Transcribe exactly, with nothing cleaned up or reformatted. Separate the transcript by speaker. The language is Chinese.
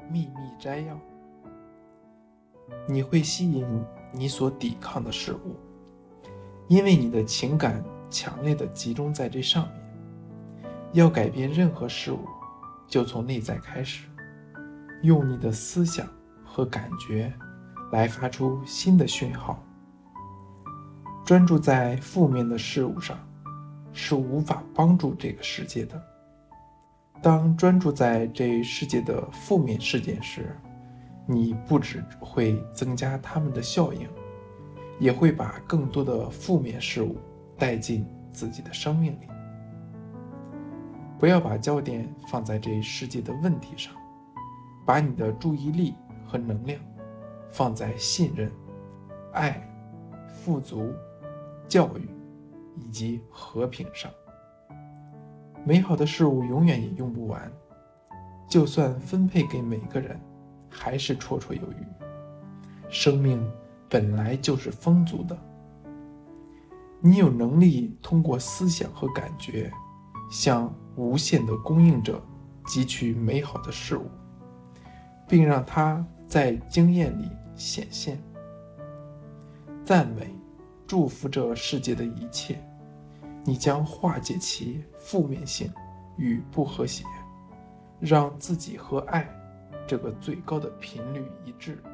Speaker 1: 秘密摘要。你会吸引你所抵抗的事物，因为你的情感强烈地集中在这上面。要改变任何事物，就从内在开始，用你的思想和感觉来发出新的讯号。专注在负面的事物上，是无法帮助这个世界的。当专注在这世界的负面事件时，你不只会增加它们的效应，也会把更多的负面事物带进自己的生命里。不要把焦点放在这世界的问题上，把你的注意力和能量放在信任、爱、富足、教育以及和平上。美好的事物永远也用不完，就算分配给每个人，还是绰绰有余。生命本来就是丰足的。你有能力通过思想和感觉，向无限的供应者汲取美好的事物，并让它在经验里显现。赞美、祝福这世界的一切，你将化解其负面性与不和谐，让自己和爱这个最高的频率一致。